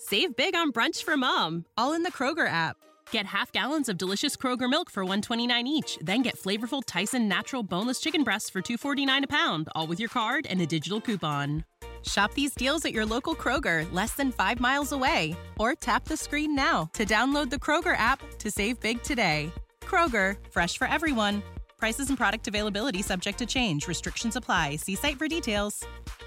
Save big on brunch for mom, all in the Kroger app. Get half gallons of delicious Kroger milk for $1.29 each. Then get flavorful Tyson natural boneless chicken breasts for $2.49 a pound, all with your card and a digital coupon. Shop these deals at your local Kroger, less than 5 miles away. Or tap the screen now to download the Kroger app to save big today. Kroger, fresh for everyone. Prices and product availability subject to change. Restrictions apply. See site for details.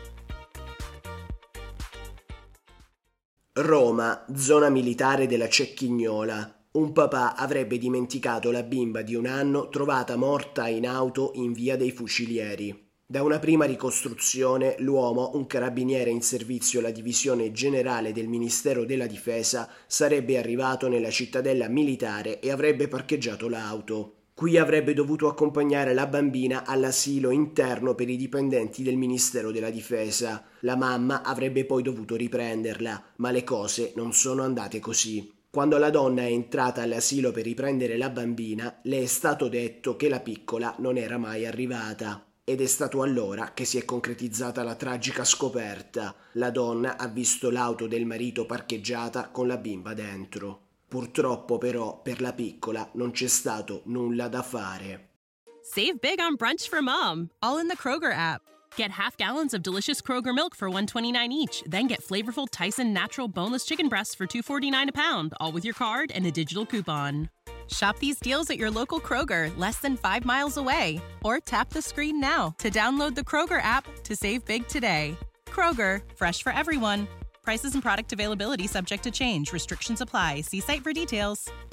Roma, zona militare della Cecchignola. Un papà avrebbe dimenticato la bimba di 1 anno trovata morta in auto in via dei Fucilieri. Da una prima ricostruzione, l'uomo, un carabiniere in servizio alla divisione generale del Ministero della Difesa, sarebbe arrivato nella cittadella militare e avrebbe parcheggiato l'auto. Qui avrebbe dovuto accompagnare la bambina all'asilo interno per i dipendenti del Ministero della Difesa. La mamma avrebbe poi dovuto riprenderla, ma le cose non sono andate così. Quando la donna è entrata all'asilo per riprendere la bambina, le è stato detto che la piccola non era mai arrivata. Ed è stato allora che si è concretizzata la tragica scoperta. La donna ha visto l'auto del marito parcheggiata con la bimba dentro. Purtroppo però per la piccola non c'è stato nulla da fare. Save big on brunch for mom, all in the Kroger app. Get half gallons of delicious Kroger milk for $1.29 each. Then get flavorful Tyson natural boneless chicken breasts for $2.49 a pound, all with your card and a digital coupon. Shop these deals at your local Kroger, less than 5 miles away. Or tap the screen now to download the Kroger app to save big today. Kroger, fresh for everyone. Prices and product availability subject to change. Restrictions apply. See site for details.